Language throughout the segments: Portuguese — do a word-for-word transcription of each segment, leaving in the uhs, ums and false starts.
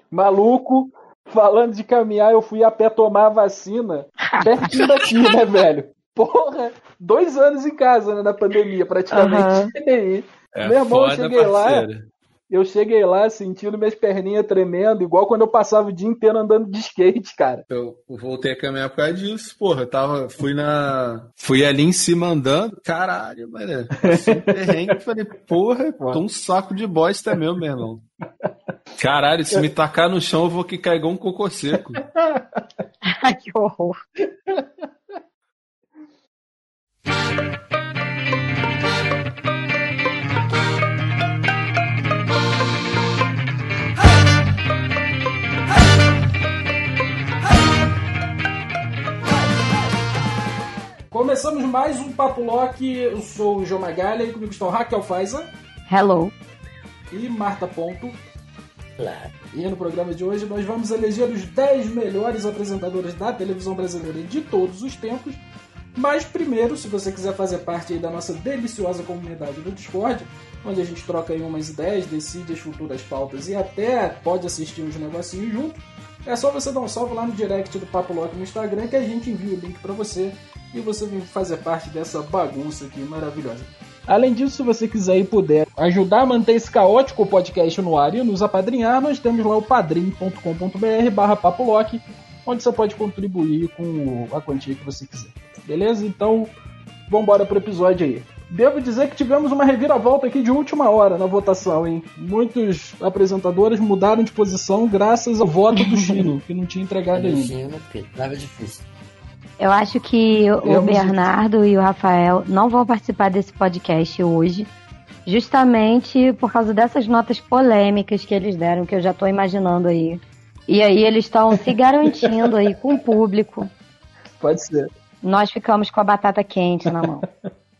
Maluco, falando de caminhar, eu fui a pé tomar a vacina pertinho daqui, né, velho? Porra, dois anos em casa, né, na pandemia, praticamente. Uhum. É Meu irmão, foda, eu cheguei parceiro. lá, eu cheguei lá sentindo minhas perninhas tremendo, igual quando eu passava o dia inteiro andando de skate, cara. Eu voltei a caminhar por causa disso, porra. Eu tava, fui na. Fui ali em cima andando. Caralho, mano. Passei um perrengue. Falei, porra, tô um saco de bosta mesmo, meu irmão. Caralho, se me tacar no chão, eu vou que igual um cocô seco. Ai, que horror. Começamos mais um Papo Lock. Eu sou o João Magalha e comigo estão Raquel Faiza. Hello. E Marta Ponto. Claro. E no programa de hoje nós vamos eleger os dez melhores apresentadores da televisão brasileira de todos os tempos. Mas primeiro, se você quiser fazer parte aí da nossa deliciosa comunidade do Discord, onde a gente troca aí umas ideias, decide as futuras pautas e até pode assistir uns negocinhos junto, é só você dar um salve lá no direct do Papo Lock no Instagram que a gente envia o link pra você e você vem fazer parte dessa bagunça aqui maravilhosa. Além disso, se você quiser e puder ajudar a manter esse caótico podcast no ar e nos apadrinhar, nós temos lá o padrim.com.br barra papolock, onde você pode contribuir com a quantia que você quiser. Beleza? Então, vamos embora pro episódio aí. Devo dizer que tivemos uma reviravolta aqui de última hora na votação, hein? Muitos apresentadores mudaram de posição graças ao voto do Chino, que não tinha entregado ainda. Chino, porque tava difícil. Eu acho que o Eu Bernardo e o Rafael não vão participar desse podcast hoje, justamente por causa dessas notas polêmicas que eles deram, que eu já tô imaginando aí. E aí eles estão se garantindo aí com o público. Pode ser. Nós ficamos com a batata quente na mão.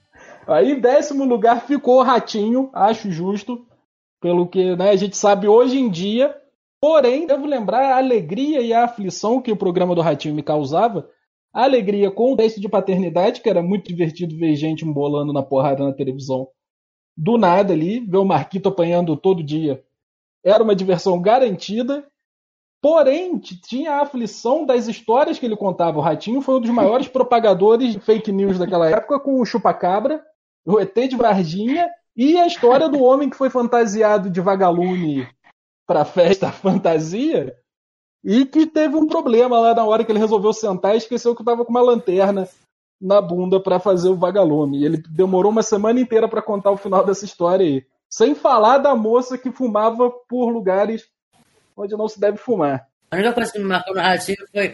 Aí em décimo lugar ficou o Ratinho, acho justo, pelo que, né, a gente sabe hoje em dia. Porém, devo lembrar a alegria e a aflição que o programa do Ratinho me causava. A alegria com o teste de paternidade, que era muito divertido ver gente embolando na porrada na televisão. Do nada ali, ver o Marquito apanhando todo dia. Era uma diversão garantida. Porém, tinha a aflição das histórias que ele contava. O Ratinho foi um dos maiores propagadores de fake news daquela época, com o Chupacabra, o E T de Varginha e a história do homem que foi fantasiado de vagalume para festa fantasia e que teve um problema lá na hora que ele resolveu sentar e esqueceu que estava com uma lanterna na bunda para fazer o vagalume. E ele demorou uma semana inteira para contar o final dessa história aí. Sem falar da moça que fumava por lugares onde não se deve fumar. A única coisa que me marcou no Ratinho foi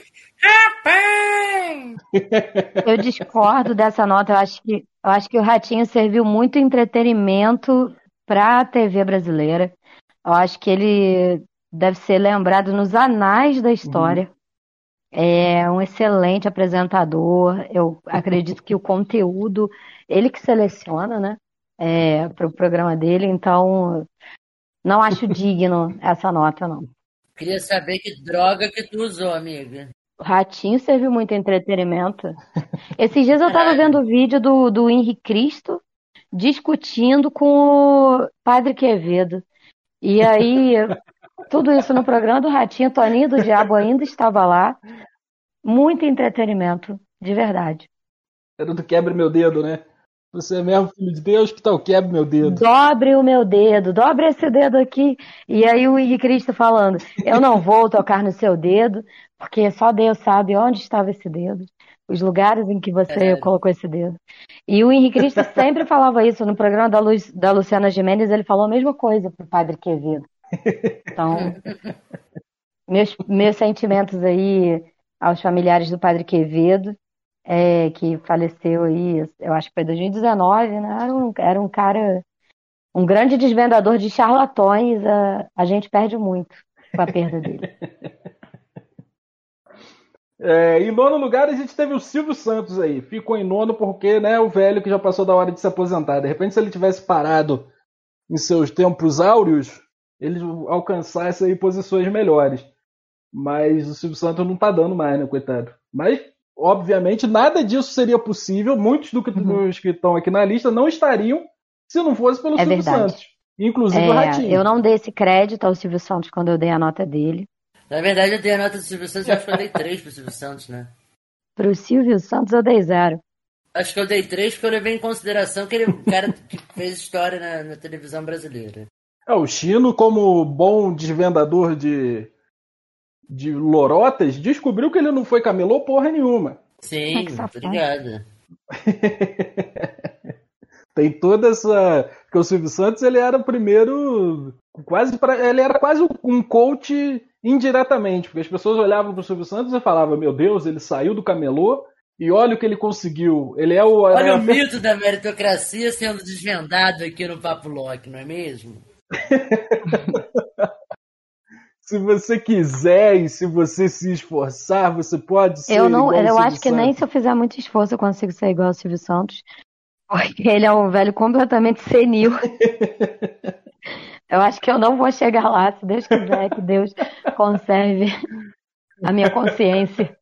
rapaz! Eu discordo dessa nota. Eu acho que, eu acho que o Ratinho serviu muito entretenimento para a T V brasileira. Eu acho que ele deve ser lembrado nos anais da história. Uhum. É um excelente apresentador. Eu acredito que o conteúdo, ele que seleciona, né, é, para o programa dele. Então, não acho digno essa nota, não. Queria saber que droga que tu usou, amiga. O Ratinho serviu muito entretenimento. Esses dias eu tava vendo o vídeo do, do Henrique Cristo discutindo com o Padre Quevedo. E aí, tudo isso no programa do Ratinho, Toninho do Diabo ainda estava lá. Muito entretenimento, de verdade. Era do Quebre Meu Dedo, né? Você é mesmo filho de Deus, que tal quebre meu dedo? Dobre o meu dedo, dobre esse dedo aqui. E aí o Henrique Cristo falando, eu não vou tocar no seu dedo, porque só Deus sabe onde estava esse dedo, os lugares em que você é. colocou esse dedo. E o Henrique Cristo sempre falava isso. No programa da, Lu, da Luciana Gimenez, ele falou a mesma coisa pro Padre Quevedo. Então, meus, meus sentimentos aí aos familiares do Padre Quevedo. É, que faleceu aí, eu acho que foi em dois mil e dezenove, né? Era um, era um cara, um grande desvendador de charlatões. A, a gente perde muito com a perda dele. É, em nono lugar, a gente teve o Silvio Santos aí. Ficou em nono porque, né, o velho que já passou da hora de se aposentar. De repente, se ele tivesse parado em seus tempos áureos, ele alcançasse aí posições melhores. Mas o Silvio Santos não tá dando mais, né, coitado? Mas obviamente, nada disso seria possível. Muitos do que, uhum. dos que estão aqui na lista não estariam se não fosse pelo é Silvio verdade. Santos. inclusive o É, Ratinho. eu não dei esse crédito ao Silvio Santos quando eu dei a nota dele. Na verdade, eu dei a nota do Silvio Santos, eu acho que eu dei três pro Silvio Santos, né? Pro Silvio Santos eu dei zero. Acho que eu dei três porque eu levei em consideração que ele é um cara que fez história na, na televisão brasileira. É, o Chino, como bom desvendador de, de lorotas, descobriu que ele não foi camelô porra nenhuma. Sim, Ai, que safado. tô ligado. Tem toda essa... Porque o Silvio Santos, ele era o primeiro... quase pra... Ele era quase um coach indiretamente, porque as pessoas olhavam pro Silvio Santos e falavam, meu Deus, ele saiu do camelô e olha o que ele conseguiu. Ele é o... Olha é... o mito da meritocracia sendo desvendado aqui no Papo Lock, não é mesmo? Se você quiser e se você se esforçar, você pode ser Eu não, igual ao eu Silvio acho que nem Santos. se eu fizer muito esforço eu consigo ser igual ao Silvio Santos. Porque ele é um velho completamente senil. Eu acho que eu não vou chegar lá, se Deus quiser, que Deus conserve a minha consciência.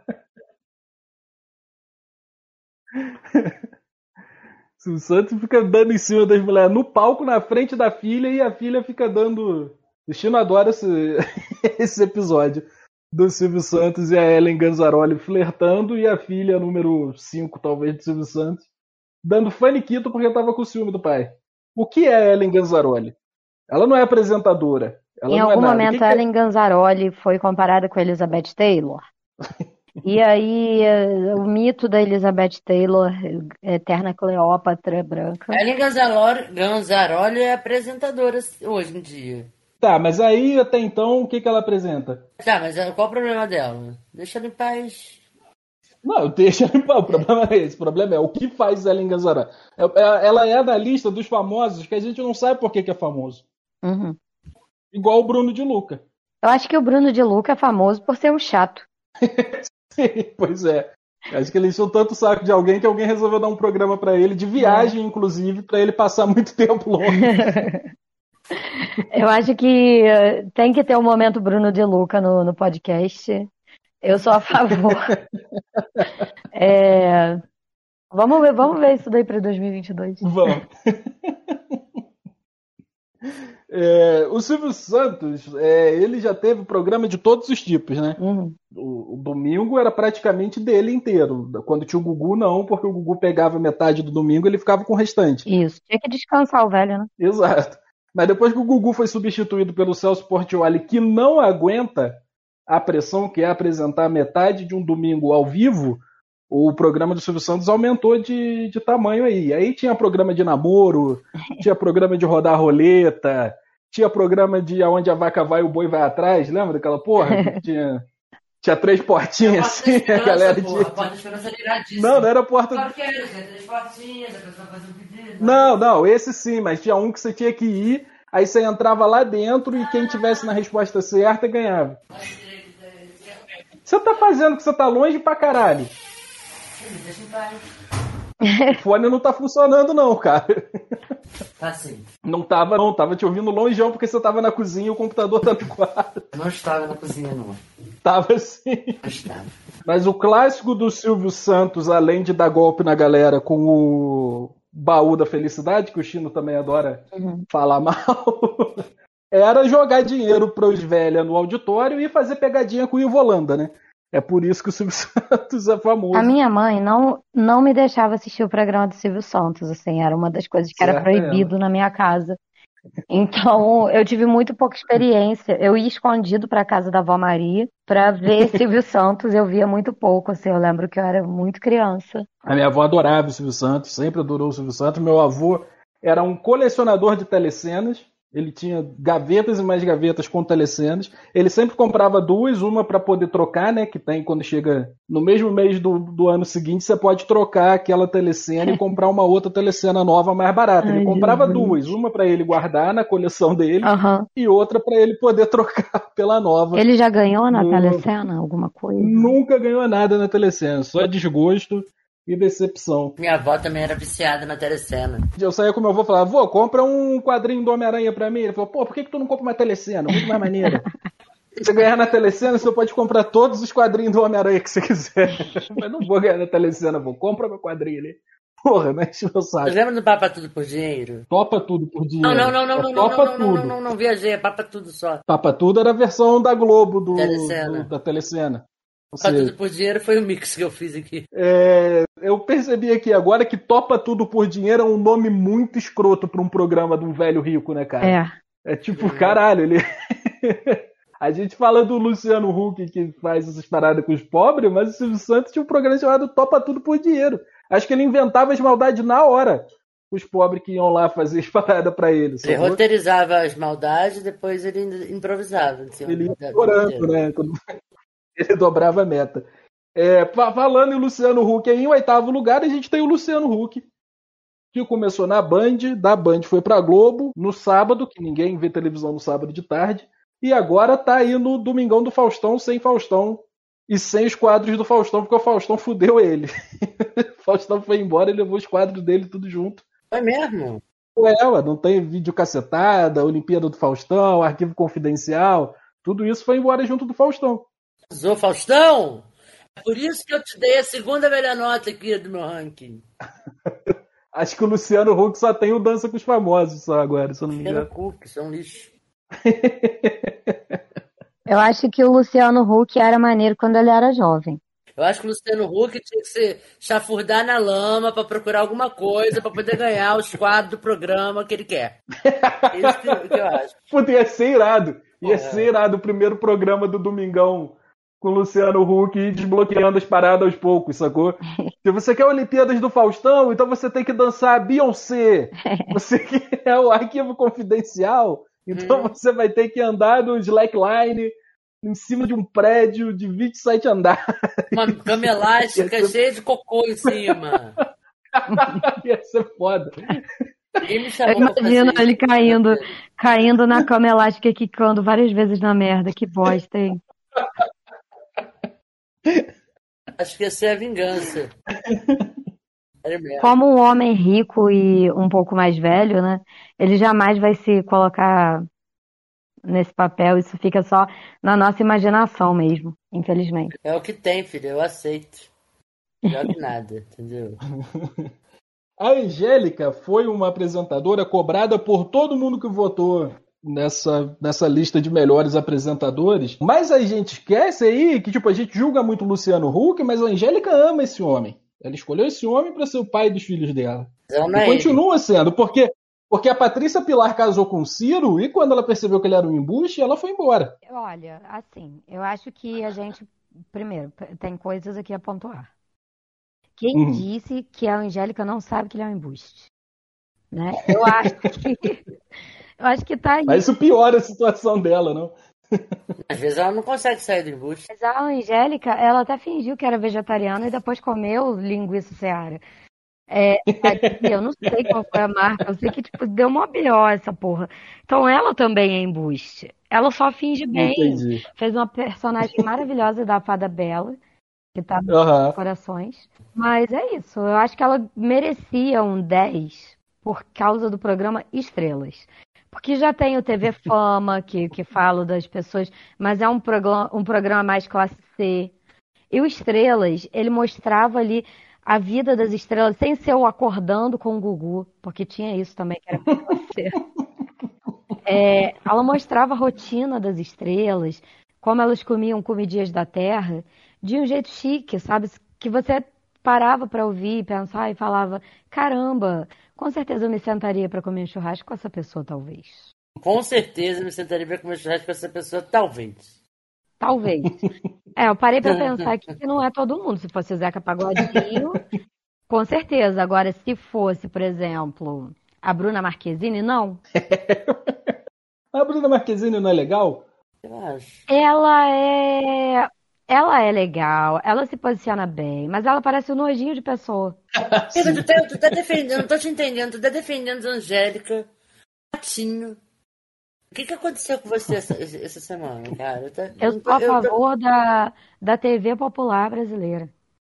O Santos fica dando em cima das mulheres no palco, na frente da filha, e a filha fica dando. O Chino adora esse, esse episódio do Silvio Santos e a Ellen Ganzaroli flertando, e a filha número cinco, talvez, do Silvio Santos, dando faniquito porque tava com o ciúme do pai. O que é a Ellen Ganzaroli? Ela não é apresentadora. Ela Em não algum é nada. momento, O que a que Ellen Ganzaroli foi comparada com a Elizabeth Taylor. E aí, eh, o mito da Elizabeth Taylor, eterna Cleópatra branca. A Ellen Ganzaroli, Ganzaroli é apresentadora hoje em dia. Tá, mas aí até então o que, que ela apresenta? Tá, mas qual o problema dela? Deixa ela em paz. Não, deixa limpar. O problema é esse. O problema é o que faz Ellen Ganzaroli. É- é- Ela é da lista dos famosos que a gente não sabe por que, que é famoso. Uhum. Igual o Bruno de Luca. Eu acho que o Bruno de Luca é famoso por ser um chato. Pois é. Acho que ele encheu tanto o saco de alguém que alguém resolveu dar um programa pra ele, de viagem, inclusive, pra ele passar muito tempo longe. Eu acho que eh, tem que ter um momento Bruno de Luca no, no podcast. Eu sou a favor. É, vamos ver, vamos ver isso daí para dois mil e vinte e dois. Vamos. É, o Silvio Santos, é, ele já teve programa de todos os tipos, né? Uhum. O, o domingo era praticamente dele inteiro. Quando tinha o Gugu, não, porque o Gugu pegava metade do domingo e ele ficava com o restante. Isso. Tinha que descansar o velho, né? Exato. Mas depois que o Gugu foi substituído pelo Celso Portiolli, que não aguenta a pressão que é apresentar metade de um domingo ao vivo, o programa do Silvio Santos aumentou de, de tamanho aí. Aí tinha programa de namoro, tinha programa de rodar roleta, tinha programa de aonde a vaca vai, o boi vai atrás, lembra daquela porra? Que tinha, tinha três portinhas assim, a galera pô, tinha... a porta da esperança era iradíssima. Não, não era porta... Claro que era, tinha três portinhas, a pessoa fazia um pedido. Não, não, esse sim, mas tinha um que você tinha que ir, aí você entrava lá dentro e quem tivesse na resposta certa ganhava. Você tá fazendo que você tá longe pra caralho. Deixa em paz. O fone não tá funcionando não, cara. Tá sim. Não tava não, tava te ouvindo longeão porque você tava na cozinha e o computador tá no quarto. Não estava na cozinha, não. Tava sim. Não estava. Mas o clássico do Silvio Santos, além de dar golpe na galera com o baú da felicidade, que o Chino também adora Uhum. falar mal, era jogar dinheiro pros velhos no auditório e fazer pegadinha com o Ivo Holanda, né? É por isso que o Silvio Santos é famoso. A minha mãe não, não me deixava assistir o programa do Silvio Santos, assim, era uma das coisas que era Certo, proibido na minha casa. Então, eu tive muito pouca experiência. Eu ia escondido para casa da avó Maria para ver Silvio Santos, eu via muito pouco, assim, eu lembro que eu era muito criança. A minha avó adorava o Silvio Santos, sempre adorou o Silvio Santos. Meu avô era um colecionador de telecenas. Ele tinha gavetas e mais gavetas com telecenas. Ele sempre comprava duas, uma para poder trocar, né? Que tem quando chega no mesmo mês do, do ano seguinte, você pode trocar aquela telecena e comprar uma outra telecena nova mais barata. Ele Ai, comprava Jesus. duas, uma para ele guardar na coleção dele Aham. e outra para ele poder trocar pela nova. Ele já ganhou na No- telecena alguma coisa? Nunca ganhou nada na telecena, só desgosto e decepção. Minha avó também era viciada na telecena. Eu saía com meu avô e falava, vô, compra um quadrinho do Homem-Aranha pra mim. Ele falou, pô, por que, que tu não compra uma telecena? Muito mais maneira. Se você ganhar na telecena, você pode comprar todos os quadrinhos do Homem-Aranha que você quiser. Mas não vou ganhar na telecena, vô. Compra meu quadrinho ali. Porra, né? Enche meu saco. Você lembra do Papa Tudo por Dinheiro? Topa Tudo por dinheiro. Não, não, não, não, É não, não, Topa não, não, Tudo. não, não, não, viajei, é Papa Tudo só. Papa Tudo era a versão da Globo do, Telecena. do- da Telecena. Ou Papa seja, Tudo por Dinheiro foi o mix que eu fiz aqui. é, eu percebi aqui agora que Topa Tudo por Dinheiro é um nome muito escroto pra um programa de um velho rico, né, cara? É. É tipo, caralho, ele. A gente fala do Luciano Huck que faz essas paradas com os pobres, mas o Silvio Santos tinha um programa chamado Topa Tudo por Dinheiro. Acho que ele inventava as maldades na hora. Os pobres que iam lá fazer as paradas pra ele. Ele sacou? roteirizava as maldades e depois ele improvisava. Em cima Ele ia da- da- chorando, né? Quando ele dobrava a meta. É, fa- falando em Luciano Huck, aí, em oitavo lugar, a gente tem o Luciano Huck, que começou na Band, da Band foi pra Globo, no sábado, que ninguém vê televisão no sábado de tarde, e agora tá aí no Domingão do Faustão, sem Faustão, e sem os quadros do Faustão, porque o Faustão fudeu ele. O Faustão foi embora e levou os quadros dele tudo junto. Foi mesmo? Ué, ué, não tem vídeo cacetada, Olimpíada do Faustão, Arquivo Confidencial, tudo isso foi embora junto do Faustão. Zô Faustão! É por isso que eu te dei a segunda melhor nota aqui do meu ranking. Acho que o Luciano Huck só tem o Dança com os Famosos só agora, se eu não me Pelo engano. cu, que isso é um lixo. Eu acho que o Luciano Huck era maneiro quando ele era jovem. Eu acho que o Luciano Huck tinha que se chafurdar na lama pra procurar alguma coisa pra poder ganhar os quadros do programa que ele quer. É isso que, que eu acho. Puta, ia ser irado. Ia É. ser irado o primeiro programa do Domingão com o Luciano Huck e desbloqueando as paradas aos poucos, sacou? Se você quer Olimpíadas do Faustão, então você tem que dançar Beyoncé. Você quer o Arquivo Confidencial, então Hum. você vai ter que andar no slackline em cima de um prédio de vinte e sete andares. Uma cama elástica cheia de cocô em cima. Ia ser foda. Ninguém me Eu chamou pra fazer imagino isso. ele caindo, caindo na cama elástica e quicando várias vezes na merda. Que bosta, hein? Acho que ia ser a vingança. Sério mesmo. Como um homem rico e um pouco mais velho, né? Ele jamais vai se colocar nesse papel. Isso fica só na nossa imaginação mesmo, infelizmente. É o que tem, filho. Eu aceito. Melhor que nada, entendeu? A Angélica foi uma apresentadora cobrada por todo mundo que votou nessa, nessa lista de melhores apresentadores. Mas a gente esquece aí que tipo, a gente julga muito o Luciano Huck, mas a Angélica ama esse homem. Ela escolheu esse homem para ser o pai dos filhos dela. Ela não E é continua sendo, porque, porque a Patrícia Pilar casou com o Ciro e quando ela percebeu que ele era um embuste, ela foi embora. Olha, assim, eu acho que a gente, primeiro, tem coisas aqui a pontuar. Quem Uhum. disse que a Angélica não sabe que ele é um embuste? Né? Eu acho que eu acho que tá aí. Mas isso piora a situação dela, não? Às vezes ela não consegue sair do embuste. Mas a Angélica, ela até fingiu que era vegetariana e depois comeu linguiça seara. É, eu não sei qual foi a marca, eu sei que tipo, deu uma B O essa porra. Então ela também é embuste. Ela só finge bem. Entendi. Fez uma personagem maravilhosa da Fada Bela, que tá nos Aham. corações. Mas é isso, eu acho que ela merecia um dez por causa do programa Estrelas. Porque já tem o T V Fama, que, que fala das pessoas, mas é um programa, um programa mais classe C. E o Estrelas, ele mostrava ali a vida das estrelas, sem ser o acordando com o Gugu, porque tinha isso também, que era classe C. É, ela mostrava a rotina das estrelas, como elas comiam comidinhas da terra, de um jeito chique, sabe? Que você parava para ouvir, pensar e falava, caramba, com certeza eu me sentaria para comer um churrasco com essa pessoa, talvez. Com certeza eu me sentaria pra comer churrasco com essa pessoa, talvez. Talvez. É, eu parei para pensar aqui que não é todo mundo. Se fosse o Zeca Pagodinho, com certeza. Agora, se fosse, por exemplo, a Bruna Marquezine, não. A Bruna Marquezine não é legal? Eu acho. Ela é... Ela é legal, ela se posiciona bem, mas ela parece um nojinho de pessoa. Amiga, tu tá, tu tá defendendo, não tô te entendendo, tu tá defendendo a Angélica, Patinho. O que que aconteceu com você essa, essa semana, cara? Eu, tá, Eu não sou a tô- eu tô- favor da, da T V popular brasileira.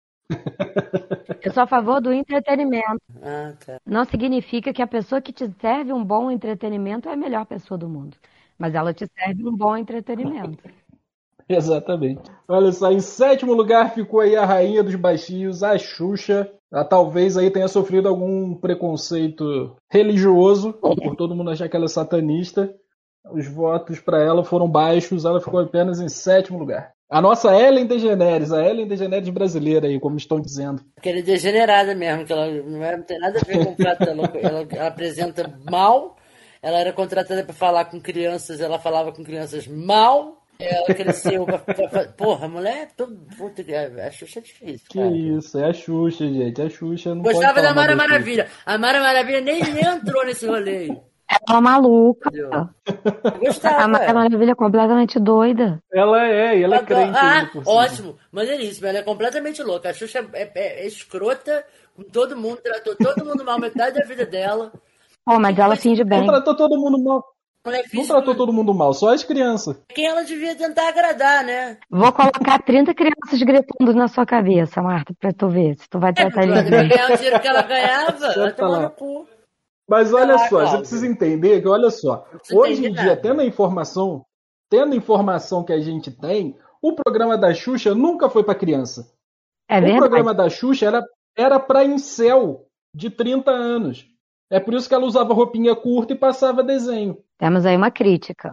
Eu sou a favor do entretenimento. Ah, tá. Não significa que a pessoa que te serve um bom entretenimento é a melhor pessoa do mundo. Mas ela te serve um bom entretenimento. Exatamente. Olha só, em sétimo lugar ficou aí a rainha dos baixinhos, a Xuxa, Ela talvez aí tenha sofrido algum preconceito religioso, por todo mundo achar que ela é satanista. Os votos para ela foram baixos, ela ficou apenas em sétimo lugar. A nossa Ellen DeGeneres, a Ellen DeGeneres brasileira aí, como estão dizendo. Aquela degenerada mesmo, que ela não, é, não tem nada a ver com o fato dela. Ela, ela apresenta mal, ela era contratada para falar com crianças, ela falava com crianças mal. Ela cresceu. Pra, pra, pra, porra, mulher, todo, puta, a Xuxa é difícil. Que cara. isso, é a Xuxa, gente. A Xuxa não Gostava pode da Mara Xuxa. Maravilha. A Mara Maravilha nem, nem entrou nesse rolê. Ela é uma maluca. Entendeu? Gostava. A Mara Maravilha é completamente doida. Ela é, e ela é Adoro- crente. Ah, ainda por cima. ótimo, maneiríssimo. Ela é completamente louca. A Xuxa é, é- é escrota com todo mundo, tratou todo mundo mal metade da vida dela. Pô, mas ela finge Não bem. tratou todo mundo mal. Mulher Não física, tratou todo mundo mal, só as crianças. quem ela devia tentar agradar, né? Vou colocar trinta crianças gritando na sua cabeça, Marta, pra tu ver se tu vai É, tratar porque eles pra bem. ganhar o dinheiro que ela ganhava, ela Senta tomou lá. no cu. Mas olha lá, só, você Cláudio. precisa entender que, olha só, precisa hoje em entender dia, nada. tendo a informação, tendo a informação que a gente tem, o programa da Xuxa nunca foi para criança. É O verdade. programa da Xuxa era, era para incel de trinta anos. É por isso que ela usava roupinha curta e passava desenho. Temos aí uma crítica.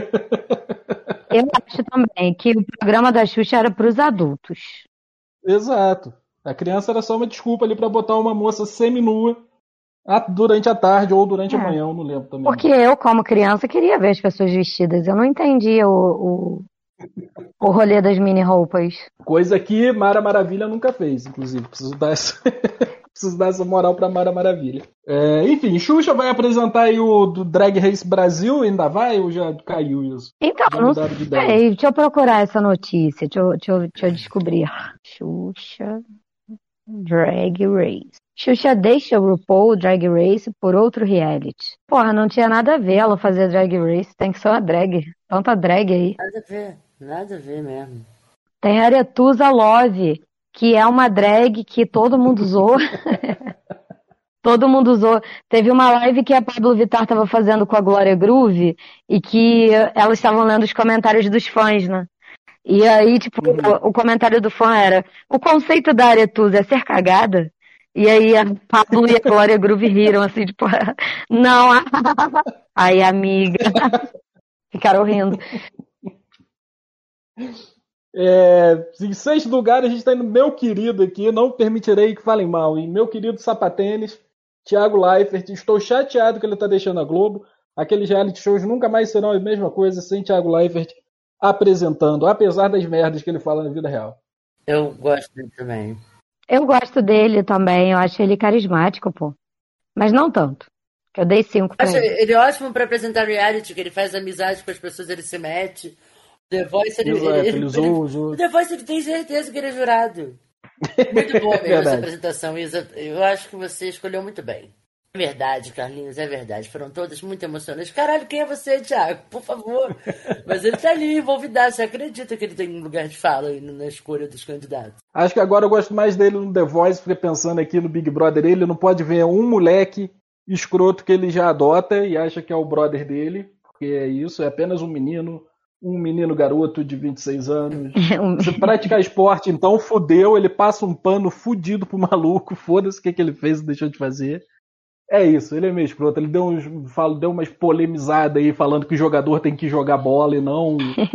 Eu acho também que o programa da Xuxa era para os adultos. Exato. A criança era só uma desculpa ali para botar uma moça seminua a- durante a tarde ou durante a É. manhã, eu não lembro também. Porque eu, como criança, queria ver as pessoas vestidas. Eu não entendia o, o, o rolê das mini roupas. Coisa que Mara Maravilha nunca fez, inclusive. Preciso dar essa, Preciso dar essa moral pra Mara Maravilha. É, enfim, Xuxa vai apresentar aí o do Drag Race Brasil, ainda vai ou já caiu isso? Então, Já não mudaram de ideia. sei. Deixa eu procurar essa notícia. Deixa eu, deixa eu, deixa eu descobrir. Xuxa Drag Race. Xuxa deixa o RuPaul Drag Race por outro reality. Porra, não tinha nada a ver ela fazer Drag Race. Tem que ser uma drag. Tanta drag aí. Nada a ver, nada a ver mesmo. Tem a Aretusa Love, que é uma drag que todo mundo usou. Todo mundo usou. Teve uma live que a Pablo Vittar estava fazendo com a Glória Groove e que elas estavam lendo os comentários dos fãs, né? E aí, tipo, Uhum. o, o comentário do fã era: o conceito da Aretusa é ser cagada? E aí a Pablo e a Glória Groove riram assim, tipo, não. Aí, amiga. Ficaram rindo. É, em sexto lugar, a gente está indo meu querido aqui, não permitirei que falem mal. E meu querido sapatênis, Thiago Leifert, estou chateado que ele está deixando a Globo. Aqueles reality shows nunca mais serão a mesma coisa sem Thiago Leifert apresentando, apesar das merdas que ele fala na vida real. Eu gosto dele também. Eu gosto dele também, eu acho ele carismático, pô. Mas não tanto. Que eu dei cinco pra Acho ele. ele ótimo pra apresentar reality, que ele faz amizade com as pessoas, ele se mete. The Voice, ele, Exato, ele, ele usou- ele- usou- o The Voice, ele tem certeza que ele é jurado. Muito boa mesmo essa Verdade. apresentação, Isa. Eu acho que você escolheu muito bem. É verdade, Carlinhos, é verdade. Foram todas muito emocionantes. Caralho, quem é você, Thiago? Por favor. Mas ele tá ali envolvidaço. Você acredita que ele tem um lugar de fala aí na escolha dos candidatos? Acho que agora eu gosto mais dele no The Voice, porque pensando aqui no Big Brother, ele não pode ver um moleque escroto que ele já adota e acha que é o brother dele, porque é isso, é apenas um menino, um menino garoto de vinte e seis anos. Se praticar esporte, então fudeu, ele passa um pano fudido pro maluco, foda-se o que, que ele fez e deixou de fazer. É isso, ele é meio escroto, ele deu, uns, fala, deu umas polemizadas aí falando que o jogador tem que jogar bola e não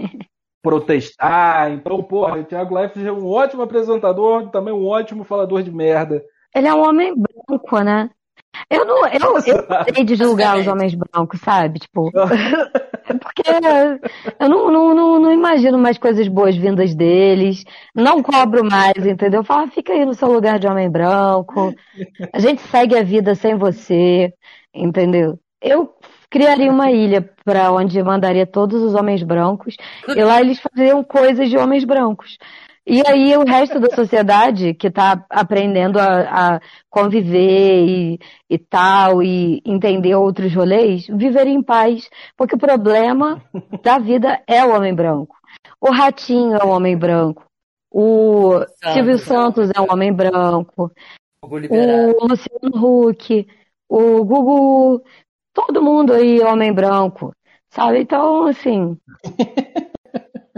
protestar. Então, porra, o Thiago Leifert é um ótimo apresentador, também um ótimo falador de merda. Ele é um homem branco, né? Eu não, eu, eu sei de julgar os homens brancos, sabe? Tipo, porque eu não, não, não, não imagino mais coisas boas vindas deles. Não cobro mais, entendeu? Eu falo, ah, fica aí no seu lugar de homem branco. A gente segue a vida sem você, entendeu? Eu criaria uma ilha para onde eu mandaria todos os homens brancos e lá eles faziam coisas de homens brancos. E aí o resto da sociedade que está aprendendo a, a conviver e, e tal, e entender outros rolês, viveria em paz. Porque o problema da vida é o homem branco. O Ratinho é um homem branco. O Silvio Santos é um homem branco. Vou liberar. O Luciano Huck. O Gugu. Todo mundo aí é homem branco. Sabe? Então, assim...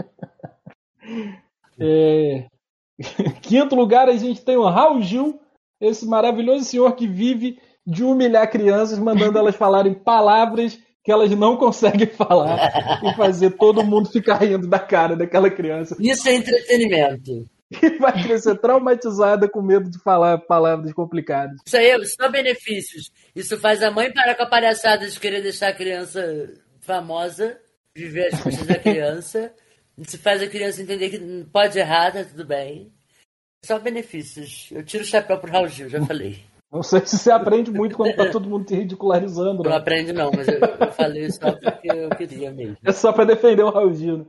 É... Quinto lugar, a gente tem o Raul Gil esse maravilhoso senhor que vive de humilhar crianças, mandando elas falarem palavras que elas não conseguem falar e fazer todo mundo ficar rindo da cara daquela criança. Isso é entretenimento. E vai crescer traumatizada com medo de falar palavras complicadas. Isso aí é só benefícios. Isso faz a mãe parar com a palhaçada de querer deixar a criança famosa, viver as custas da criança. Isso faz a criança entender que pode errar, tá tudo bem. Só benefícios. Eu tiro o chapéu pro Raul Gil, já falei. Não sei se você aprende muito quando tá todo mundo te ridicularizando. Não Né? aprende não, mas eu, eu falei só porque eu queria mesmo. É só pra defender o Raul Gil. Né?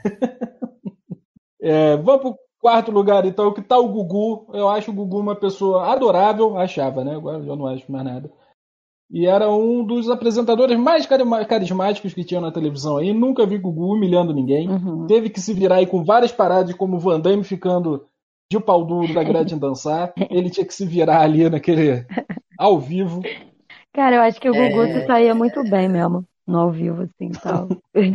É. É, vamos pro quarto lugar, então, que tá o Gugu. Eu acho o Gugu uma pessoa adorável, achava, né? Agora eu não acho mais nada. E era um dos apresentadores mais carismáticos que tinha na televisão aí. Nunca vi Gugu humilhando ninguém. Uhum. Teve que se virar aí com várias paradas, como o Van Damme ficando de pau duro da Gretchen dançar. Ele tinha que se virar ali naquele ao vivo. Cara, eu acho que o Gugu É. se saía muito bem mesmo, no ao vivo, assim, tal.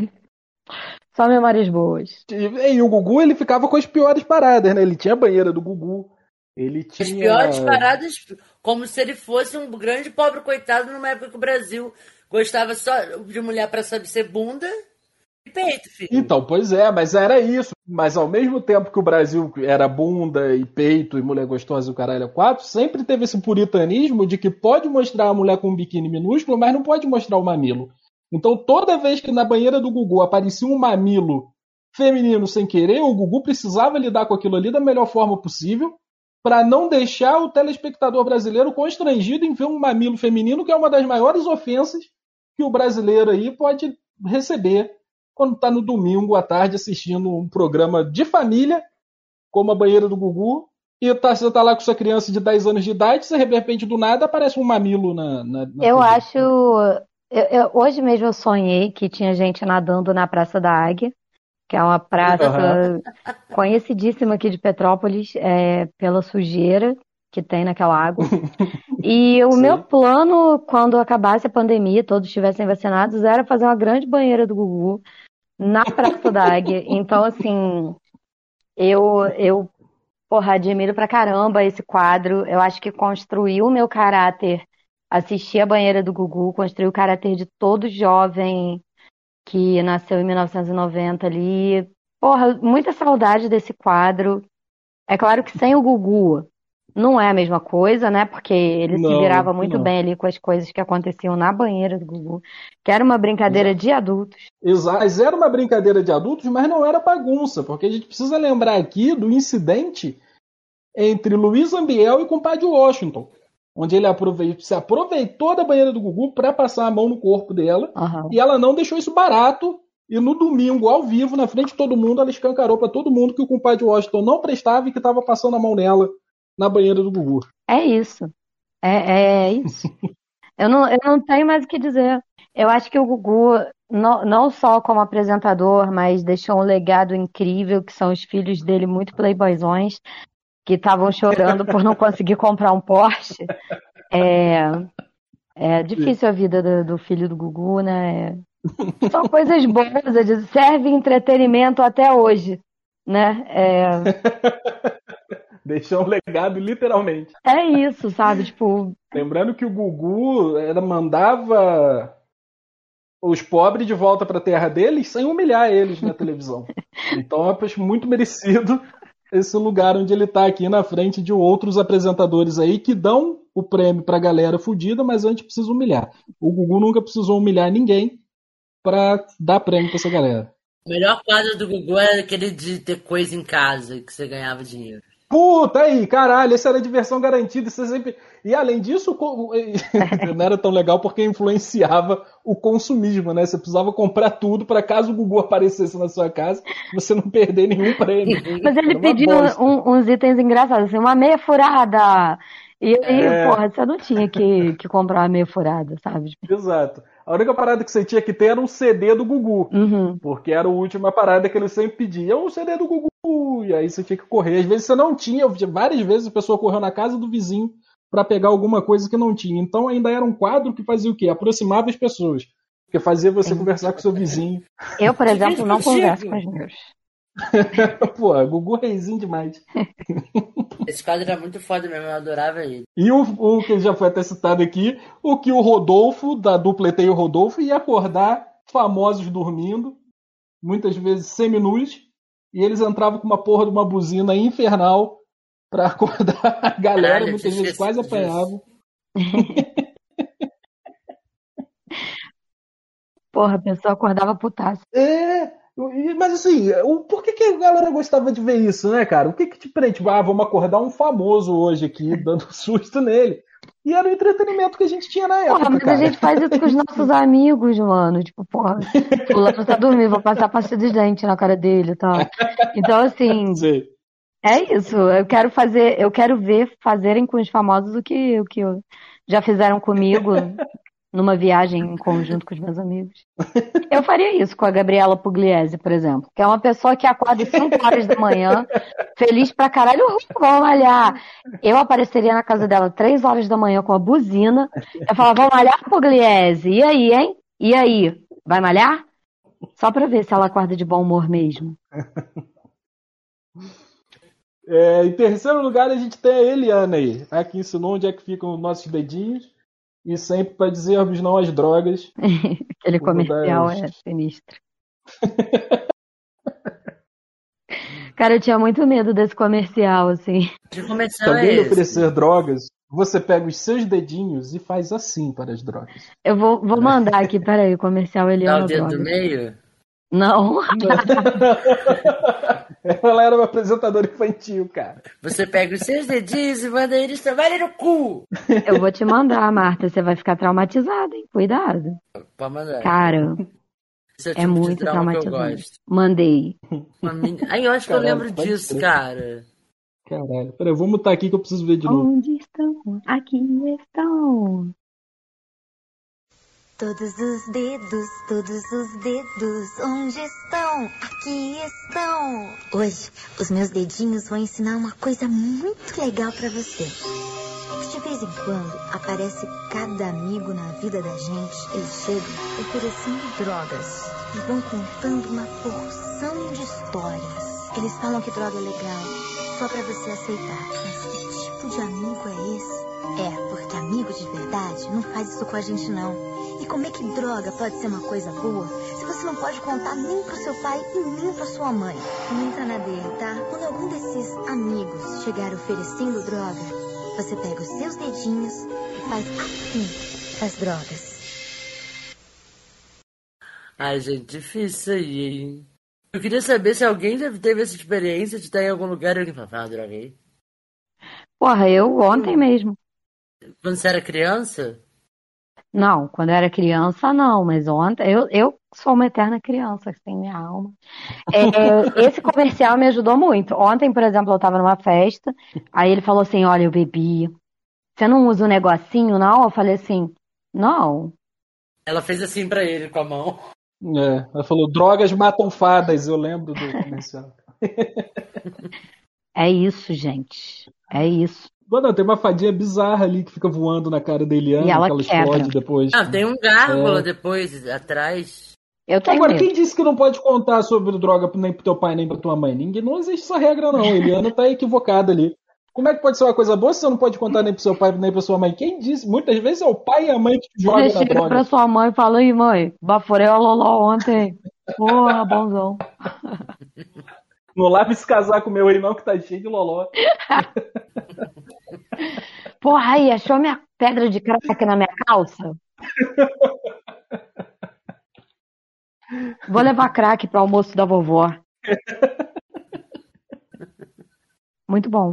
Só memórias boas. E, e o Gugu, ele ficava com as piores paradas, né? Ele tinha a banheira do Gugu. Ele tinha... As piores paradas, como se ele fosse um grande pobre coitado numa época que o Brasil gostava só de mulher pra saber ser bunda e peito, filho. Então, pois é, mas era isso. Mas ao mesmo tempo que o Brasil era bunda e peito e mulher gostosa e o caralho a quatro, sempre teve esse puritanismo de que pode mostrar a mulher com um biquíni minúsculo, mas não pode mostrar o mamilo. Então, toda vez que na banheira do Gugu aparecia um mamilo feminino sem querer, o Gugu precisava lidar com aquilo ali da melhor forma possível para não deixar o telespectador brasileiro constrangido em ver um mamilo feminino, que é uma das maiores ofensas que o brasileiro aí pode receber quando está no domingo à tarde assistindo um programa de família, como a banheira do Gugu, e tá, você tá lá com sua criança de dez anos de idade, e de repente do nada aparece um mamilo na, na, na Eu T V. acho. eu- eu- hoje mesmo eu sonhei que tinha gente nadando na Praça da Águia, que é uma praça Aham. conhecidíssima aqui de Petrópolis, é, pela sujeira que tem naquela água. E o Sim. meu plano, quando acabasse a pandemia, todos estivessem vacinados, era fazer uma grande banheira do Gugu na Praça da Águia. Então, assim, eu, eu, porra, admiro pra caramba esse quadro. Eu acho que construiu o meu caráter, assistir a banheira do Gugu, construiu o caráter de todo jovem que nasceu em mil novecentos e noventa ali. Porra, muita saudade desse quadro. É claro que sem o Gugu não é a mesma coisa, né? Porque ele se Não, virava muito não. bem ali com as coisas que aconteciam na banheira do Gugu, que era uma brincadeira de adultos. Exato. Mas era uma brincadeira de adultos, mas não era bagunça, porque a gente precisa lembrar aqui do incidente entre Luiz Ambiel e compadre Washington, onde ele aproveitou, se aproveitou da banheira do Gugu para passar a mão no corpo dela, Aham. e ela não deixou isso barato, e no domingo, ao vivo, na frente de todo mundo, ela escancarou para todo mundo que o compadre Washington não prestava e que estava passando a mão nela na banheira do Gugu. É isso. É, é isso. Eu não, eu não tenho mais o que dizer. Eu acho que o Gugu, não, não só como apresentador, mas deixou um legado incrível, que são os filhos dele muito playboyzões, que estavam chorando por não conseguir comprar um Porsche. É, é difícil a vida do, do filho do Gugu, né? São coisas boas, serve entretenimento até hoje, né? É, Deixou um legado, literalmente. é isso, sabe? Tipo, Lembrando que o Gugu era, mandava os pobres de volta para a terra deles sem humilhar eles na televisão. Então eu acho muito merecido esse lugar onde ele está aqui na frente de outros apresentadores aí que dão o prêmio para a galera fodida, mas antes precisa humilhar. O Gugu nunca precisou humilhar ninguém para dar prêmio para essa galera. O melhor quadro do Gugu era aquele de ter coisa em casa, que você ganhava dinheiro. Puta aí, caralho, essa era diversão garantida. Você sempre... E além disso, co- não era tão legal porque influenciava o consumismo, né? Você precisava comprar tudo para caso o Gugu aparecesse na sua casa, você não perder nenhum prêmio. mas ele Era uma pediu bosta. um- uns itens engraçados, assim, uma meia furada. E aí, É. porra, você não tinha que, que comprar uma meia furada, sabe? Exato. A única parada que você tinha que ter era um C D do Gugu. Uhum. Porque era a última parada que ele sempre pedia. Um C D do Gugu. E aí você tinha que correr. Às vezes você não tinha. Várias vezes a pessoa correu na casa do vizinho para pegar alguma coisa que não tinha. Então ainda era um quadro que fazia o quê? Aproximava as pessoas. Porque fazia você conversar com seu vizinho. Eu, por exemplo, não contigo. converso com os meus. Pô, Gugu Reizinho demais. Esse quadro era muito foda mesmo, eu adorava ele. E o, o que já foi até citado aqui, o que o Rodolfo, da dupla E T e o Rodolfo, ia acordar famosos dormindo, muitas vezes seminus, e eles entravam com uma porra de uma buzina infernal pra acordar a galera, Caralho, muitas eu vezes quase esqueci apanhavam. Porra, a pessoa acordava putaça. É, e- mas assim, o, por que, que a galera gostava de ver isso, né, cara? O que que te prende? Tipo, ah, vamos acordar um famoso hoje aqui, dando susto nele. E era o entretenimento que a gente tinha na época, Porra, mas cara. a gente faz isso com os nossos amigos, mano. Tipo, porra, fulano tá dormindo, vou passar pasta de dente na cara dele e tal. Então, assim, Sei. é isso. Eu quero fazer, eu quero ver fazerem com os famosos o que, o que já fizeram comigo numa viagem em conjunto com os meus amigos. Eu faria isso com a Gabriela Pugliese, por exemplo, que é uma pessoa que acorda às cinco horas da manhã, feliz pra caralho, "Uhul, vamos malhar." Eu apareceria na casa dela três horas da manhã com a buzina, eu falava, vamos malhar, Pugliese? E aí, hein? E aí? Vai malhar? Só pra ver se ela acorda de bom humor mesmo. É, em terceiro lugar, a gente tem a Eliana aí. A que ensinou onde é que ficam os nossos dedinhos. E sempre para dizermos não às drogas. Aquele comercial das... é sinistro. Cara, eu tinha muito medo desse comercial, assim. Que comercial Também é lhe esse? oferecer drogas, você pega os seus dedinhos e faz assim para as drogas. Eu vou, vou mandar aqui, peraí, o comercial Dá Eliana o dedo Droga. do meio? Não, Ela era uma apresentadora infantil, cara. Você pega os seus dedinhos e manda eles tomarem no cu. eu vou te mandar, Marta, você vai ficar traumatizada, hein? Cuidado. Pode mandar. Cara, Esse é o é tipo de muito trauma que eu traumatizante. gosto. Mandei. Uma mini- Ai, eu acho que eu Caralho, lembro pode disso, crer. cara. Caralho. Peraí, eu vou mutar aqui que eu preciso ver de novo. Onde estão? Aqui estão. Todos os dedos, todos os dedos, onde estão? Aqui estão. Hoje, os meus dedinhos vão ensinar uma coisa muito legal pra você. De vez em quando, aparece cada amigo na vida da gente. Eles chegam oferecendo drogas e vão contando uma porção de histórias. Eles falam que droga é legal, só pra você aceitar. Mas que tipo de amigo é esse? É, porque amigo de verdade não faz isso com a gente, não. E como é que droga pode ser uma coisa boa se você não pode contar nem pro seu pai e nem pra sua mãe? Não entra na dele, tá? Quando algum desses amigos chegar oferecendo droga, você pega os seus dedinhos e faz assim com as drogas. Ai, gente, difícil aí, hein? Eu queria saber se alguém já teve essa experiência de estar em algum lugar e alguém fala, ah, droga aí. Porra, eu ontem mesmo. Quando você era criança? Não, quando eu era criança, não, mas ontem, eu, eu sou uma eterna criança, que tem minha alma. É, esse comercial me ajudou muito. Ontem, por exemplo, eu estava numa festa, aí ele falou assim, olha, eu bebi. Você não usa um negocinho, não? Eu falei assim, não. Ela fez assim pra ele com a mão. É, ela falou, drogas matam fadas, eu lembro do comercial. É isso, gente. É isso. Não, tem uma fadinha bizarra ali que fica voando na cara da Eliana, E ela que ela quebra. explode depois. Ah, tem um gárgula É. depois, atrás. Eu tenho Agora, medo. quem disse que não pode contar sobre droga nem pro teu pai nem pra tua mãe? Ninguém, não existe essa regra, não. A Eliana tá equivocada ali. Como é que pode ser uma coisa boa se você não pode contar nem pro seu pai nem pra sua mãe? Quem disse? Muitas vezes é o pai e a mãe que jogam Você na chega droga. pra sua mãe e fala, aí, mãe, baforei a Loló ontem. Porra, bonzão. Não lave esse casaco meu aí não, que tá cheio de loló. Porra, aí, achou minha pedra de crack na minha calça? Vou levar crack pro almoço da vovó. Muito bom.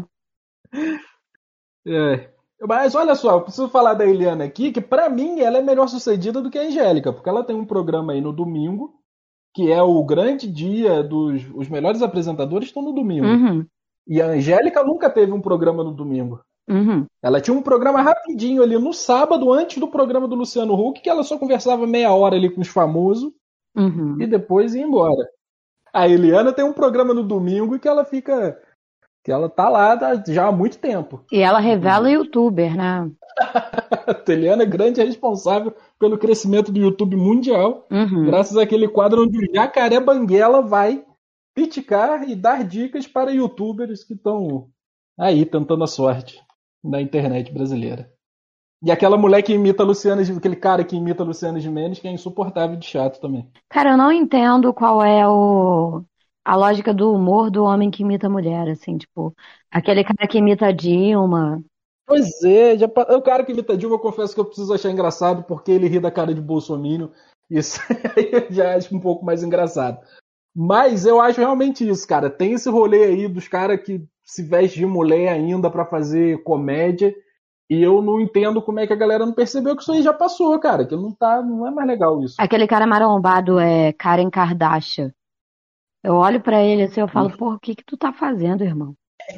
É. Mas olha só, eu preciso falar da Eliana aqui, que pra mim ela é melhor sucedida do que a Angélica, porque ela tem um programa aí no domingo, que é o grande dia dos... Os melhores apresentadores estão no domingo. Uhum, E a Angélica nunca teve um programa no domingo. uhum. Ela tinha um programa rapidinho ali no sábado, antes do programa do Luciano Huck, que ela só conversava meia hora ali com os famosos Uhum. e depois ia embora. A Eliana tem um programa no domingo que ela fica... que ela tá lá já há muito tempo. E ela revela youtuber, né? A Eliana é grande responsável pelo crescimento do YouTube mundial, Uhum. graças àquele quadro onde o Jacaré Banguela vai criticar e dar dicas para youtubers que estão aí tentando a sorte na internet brasileira. E aquela mulher que imita a Luciana, aquele cara que imita a Luciana Gimenez, que é insuportável de chato também. Cara, eu não entendo qual é o... a lógica do humor do homem que imita a mulher, assim, tipo, aquele cara que imita a Dilma. Pois é, já, o cara que imita a Dilma, eu confesso que eu preciso achar engraçado, porque ele ri da cara de Bolsonaro. Isso aí eu já acho um pouco mais engraçado. Mas eu acho realmente isso, cara. Tem esse rolê aí dos caras que se vestem de mulher ainda pra fazer comédia. E eu não entendo como é que a galera não percebeu que isso aí já passou, cara. Que não, tá, não é mais legal isso. Aquele cara marombado é Karen Kardashian. Eu olho pra ele assim, eu falo, porra, o que que tu tá fazendo, irmão?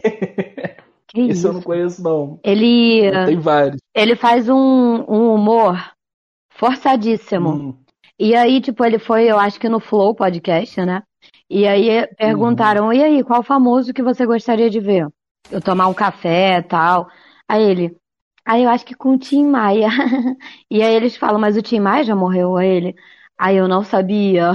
Que Esse isso? eu não conheço, não. Ele, Mas tem vários. ele faz um, um humor forçadíssimo. Hum. E aí, tipo, ele foi, eu acho que no Flow Podcast, né? E aí perguntaram, e aí, qual famoso que você gostaria de ver? Eu tomar um café e tal. Aí ele, aí eu acho que com o Tim Maia. E aí eles falam, mas o Tim Maia já morreu? Aí ele, aí eu não sabia.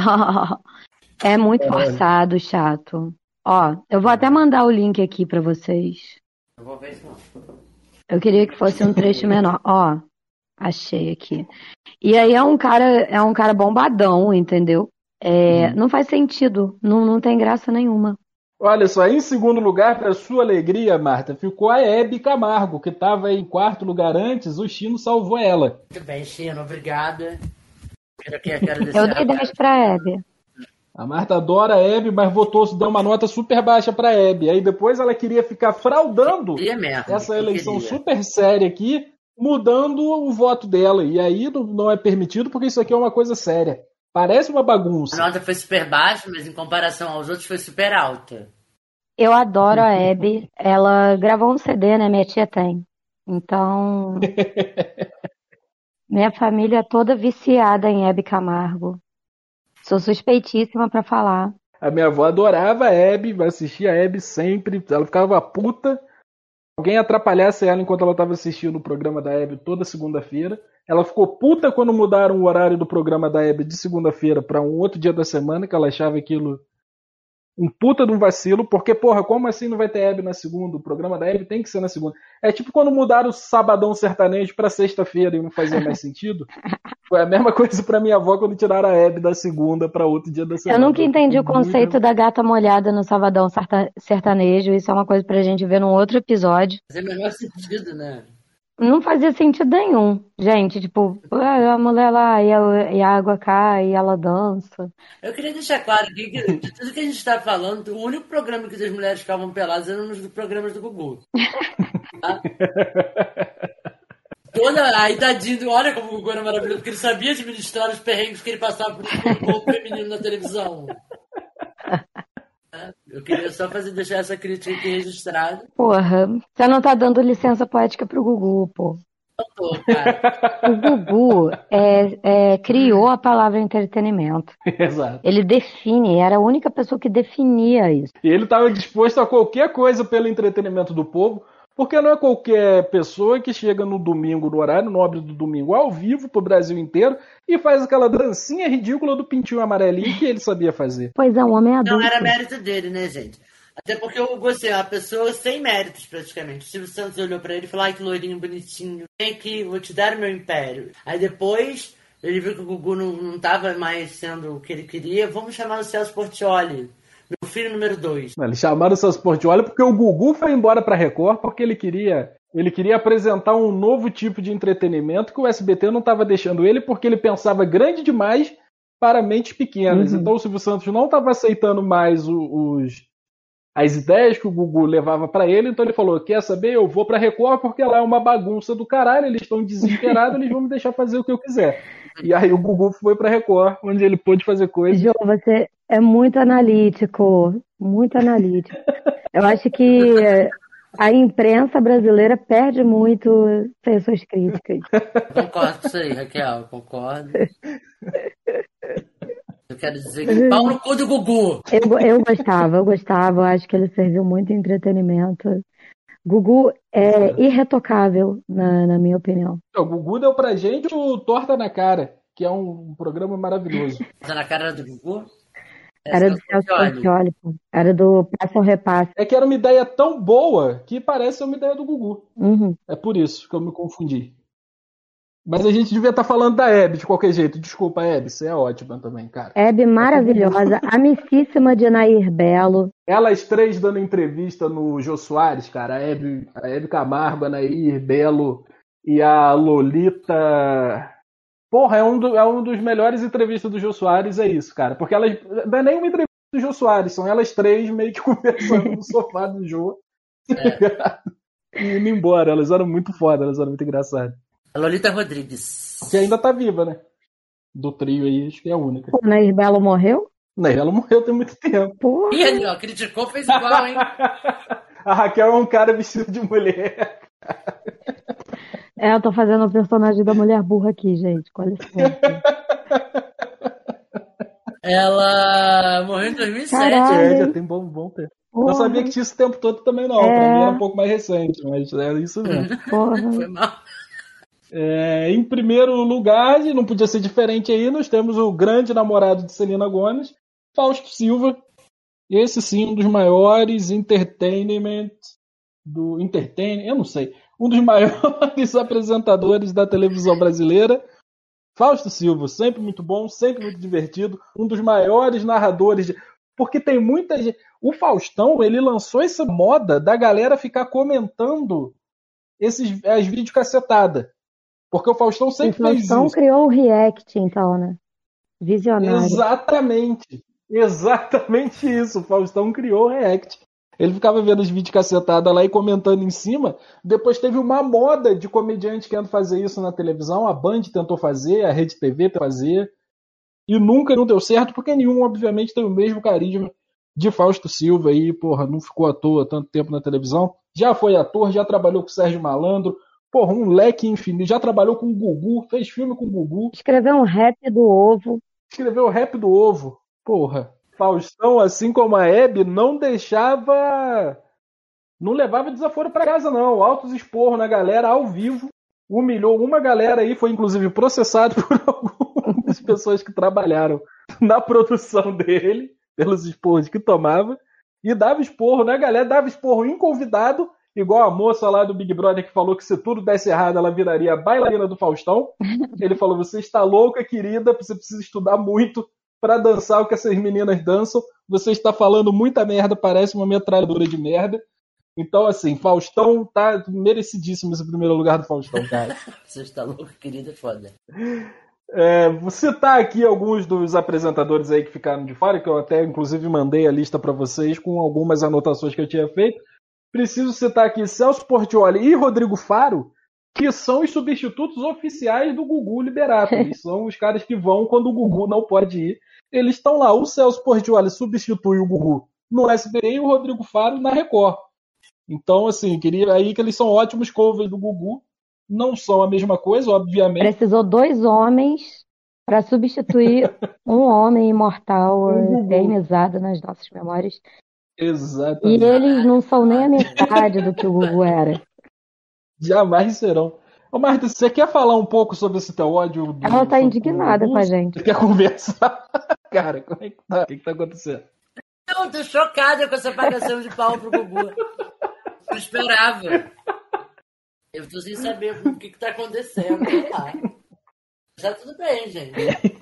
É muito forçado, chato. Ó, eu vou até mandar o link aqui pra vocês. Eu vou ver isso não. Eu queria que fosse um trecho menor. Ó, achei aqui. E aí é um cara, é um cara bombadão, entendeu? É, Uhum. Não faz sentido, não, não tem graça nenhuma. Olha só, em segundo lugar, para sua alegria, Marta, ficou a Hebe Camargo, que estava em quarto lugar antes, o Chino salvou ela. Muito bem, Chino, obrigada. Quero, quero, quero Eu dei dez pra Hebe. A Marta adora a Hebe, mas votou, deu uma nota super baixa para a Hebe. Aí depois ela queria ficar fraudando Queria mesmo, essa eu eleição queria. super séria aqui, mudando o voto dela. E aí não, não é permitido, porque isso aqui é uma coisa séria. Parece uma bagunça. A nota foi super baixa, mas em comparação aos outros foi super alta. Eu adoro a Hebe. Ela gravou um C D, né? Minha tia tem. Então, minha família é toda viciada em Hebe Camargo. Sou suspeitíssima pra falar. A minha avó adorava a Hebe, assistia a Hebe sempre. Ela ficava puta. Alguém atrapalhasse ela enquanto ela estava assistindo o programa da Hebe toda segunda-feira. Ela ficou puta quando mudaram o horário do programa da Hebe de segunda-feira para um outro dia da semana, que ela achava aquilo um puta de um vacilo, porque, porra, como assim não vai ter Hebe na segunda? O programa da Hebe tem que ser na segunda. É tipo quando mudaram o Sabadão Sertanejo para sexta-feira e não fazia mais sentido. Foi a mesma coisa pra minha avó quando tiraram a Hebe da segunda para outro dia da semana. Eu nunca entendi o Muito- conceito da gata molhada no Sabadão Sarta- Sertanejo. Isso é uma coisa pra gente ver num outro episódio. Fazia o menor sentido, né? Não fazia sentido nenhum. Gente, tipo, a mulher lá e a, e a água cai e ela dança. Eu queria deixar claro aqui que de tudo que a gente está falando, o único programa que as mulheres ficavam peladas era nos programas do Gugu. Tá? Toda a idadinha do. Olha como o Gugu era maravilhoso, porque ele sabia administrar os perrengues que ele passava por um corpo feminino na televisão. Eu queria só fazer, deixar essa crítica aqui registrada. Porra, você não tá dando licença poética pro Gugu, pô. Eu tô, cara. O Gugu é, é, criou a palavra entretenimento. Exato. Ele define, era a única pessoa que definia isso. E ele estava disposto a qualquer coisa pelo entretenimento do povo, porque não é qualquer pessoa que chega no domingo, no horário nobre do domingo, ao vivo pro Brasil inteiro e faz aquela dancinha ridícula do pintinho amarelinho que ele sabia fazer. Pois é, um homem adulto. Não era mérito dele, né, gente? Até porque o Gugu, assim, é uma pessoa sem méritos, praticamente. O Silvio Santos olhou pra ele e falou, ai, que loirinho bonitinho. Vem aqui, vou te dar o meu império. Aí depois, ele viu que o Gugu não, não tava mais sendo o que ele queria. Vamos chamar o Celso Portiolli, meu filho número dois. Eles chamaram o Celso Portiolli porque o Gugu foi embora pra Record porque ele queria, ele queria apresentar um novo tipo de entretenimento que o S B T não estava deixando ele porque ele pensava grande demais para mentes pequenas. Uhum. Então o Silvio Santos não estava aceitando mais o- os as ideias que o Gugu levava pra ele, então ele falou, quer saber, eu vou pra Record porque lá é uma bagunça do caralho, eles estão desesperados, eles vão me deixar fazer o que eu quiser. E aí o Gugu foi pra Record, onde ele pôde fazer coisas. Jô, você é muito analítico, muito analítico. Eu acho que a imprensa brasileira perde muito sem suas críticas. Concordo com isso aí, Raquel, concordo. Eu quero dizer que pau no cu do Gugu. Eu, eu gostava, eu gostava, eu acho que ele serviu muito entretenimento. Gugu é irretocável, na, na minha opinião. O Gugu deu pra gente o Torta na Cara, que é um programa maravilhoso. Tá na cara do Gugu? Era do Celso Portiolli, pô. Era do Passa ou Repassa. É que era uma ideia tão boa que parece uma ideia do Gugu. Uhum. É por isso que eu me confundi. Mas a gente devia estar falando da Hebe de qualquer jeito. Desculpa, Hebe, você é ótima também, cara. Hebe maravilhosa, amicíssima de Nair Belo. Elas três dando entrevista no Jô Soares, cara. A Hebe, a Hebe Camargo, a Nair Belo e a Lolita. Porra, é um, do, é um dos melhores entrevistas do Jô Soares, é isso, cara. Porque elas. Não é nem uma entrevista do Jô Soares, são elas três meio que conversando no sofá do Jô. É. E indo embora. Elas eram muito foda, elas eram muito engraçadas. A Lolita Rodrigues. Que ainda tá viva, né? Do trio aí, acho que é a única. O Nair Belo morreu? Nair Belo morreu tem muito tempo. Porra. Ih, ele, ó, criticou, fez igual, hein? A Raquel é um cara vestido de mulher. É, eu tô fazendo o personagem da mulher burra aqui, gente. Com licença. Ela morreu em dois mil e sete. Caralho. É, já tem bom, bom tempo. Porra. Não sabia que tinha esse tempo todo também, não. É. Pra mim era um pouco mais recente, mas é isso mesmo. Porra. Foi mal. É, em primeiro lugar, e não podia ser diferente aí, nós temos o grande namorado de Celina Gomes, Fausto Silva. Esse sim, um dos maiores entertainment do entertain, eu não sei, um dos maiores apresentadores da televisão brasileira. Fausto Silva, sempre muito bom, sempre muito divertido, um dos maiores narradores de... Porque tem muita gente... O Faustão, ele lançou essa moda da galera ficar comentando esses, as videocassetadas. Porque o Faustão sempre o fez Faustão isso. criou o React, então, né? Visionário. Exatamente. Exatamente isso. O Faustão criou o React. Ele ficava vendo os videocassetadas lá e comentando em cima. Depois teve uma moda de comediante querendo fazer isso na televisão. A Band tentou fazer, a Rede T V tentou fazer. E nunca não deu certo, porque nenhum, obviamente, tem o mesmo carisma de Fausto Silva. E, porra, não ficou à toa tanto tempo na televisão. Já foi ator, já trabalhou com o Sérgio Malandro. Porra, um leque infinito. Já trabalhou com o Gugu, fez filme com o Gugu. Escreveu um rap do ovo. Escreveu o rap do ovo. Porra. Faustão, assim como a Hebe, não deixava... Não levava desaforo pra casa, não. Altos esporros na galera, ao vivo. Humilhou uma galera aí, foi inclusive processado por algumas pessoas que trabalharam na produção dele, pelos esporros que tomava. E dava esporro na galera, dava esporro em convidado, igual a moça lá do Big Brother que falou que se tudo desse errado ela viraria a bailarina do Faustão. Ele falou, você está louca, querida, você precisa estudar muito para dançar o que essas meninas dançam. Você está falando muita merda, parece uma metralhadora de merda. Então, assim, Faustão tá merecidíssimo esse primeiro lugar do Faustão, cara. Você está louco, querida, foda. É, vou citar aqui alguns dos apresentadores aí que ficaram de fora, que eu até, inclusive, mandei a lista para vocês com algumas anotações que eu tinha feito. Preciso citar aqui Celso Portiolli e Rodrigo Faro, que são os substitutos oficiais do Gugu Liberato. Eles são os caras que vão quando o Gugu não pode ir. Eles estão lá. O Celso Portiolli substitui o Gugu no S B T e o Rodrigo Faro na Record. Então, assim, queria aí que eles são ótimos covers do Gugu. Não são a mesma coisa, obviamente. Precisou dois homens para substituir um homem imortal, Um eternizado nas nossas memórias. Exatamente. E eles não são nem a metade do que o Gugu era. Jamais serão. Ô, Marta, você quer falar um pouco sobre esse teu ódio? Do, Ela tá sobre indignada o com a gente. Você quer conversar? Cara, como é que tá? O que, que tá acontecendo? Eu tô chocada com essa apagação de pau pro Gugu. Não esperava. Eu tô sem saber o que que tá acontecendo. Sei lá. Tá tudo bem, gente.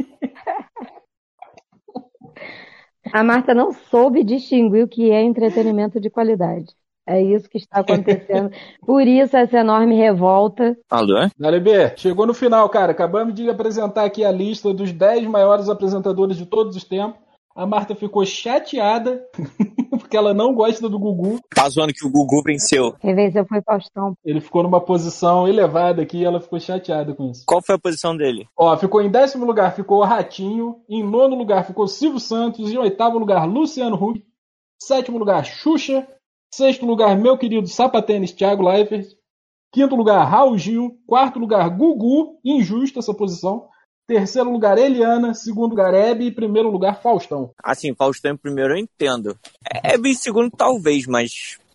A Marta não soube distinguir o que é entretenimento de qualidade. É isso que está acontecendo. Por isso essa enorme revolta. Alô? Dale B, chegou no final, cara. Acabamos de apresentar aqui a lista dos dez maiores apresentadores de todos os tempos. A Marta ficou chateada porque ela não gosta do Gugu. Tá zoando que o Gugu venceu. Quem venceu foi Faustão. Ele ficou numa posição elevada aqui e ela ficou chateada com isso. Qual foi a posição dele? Ó, ficou em décimo lugar, ficou o Ratinho. Em nono lugar, ficou Silvio Santos. Em oitavo lugar, Luciano Huck. Sétimo lugar, Xuxa. Sexto lugar, meu querido sapatênis Thiago Leifert. Quinto lugar, Raul Gil. Quarto lugar, Gugu. Injusta essa posição. Terceiro lugar, Eliana. Segundo lugar, Hebe. E primeiro lugar, Faustão. Assim, Faustão em primeiro eu entendo. Hebe em segundo talvez, mas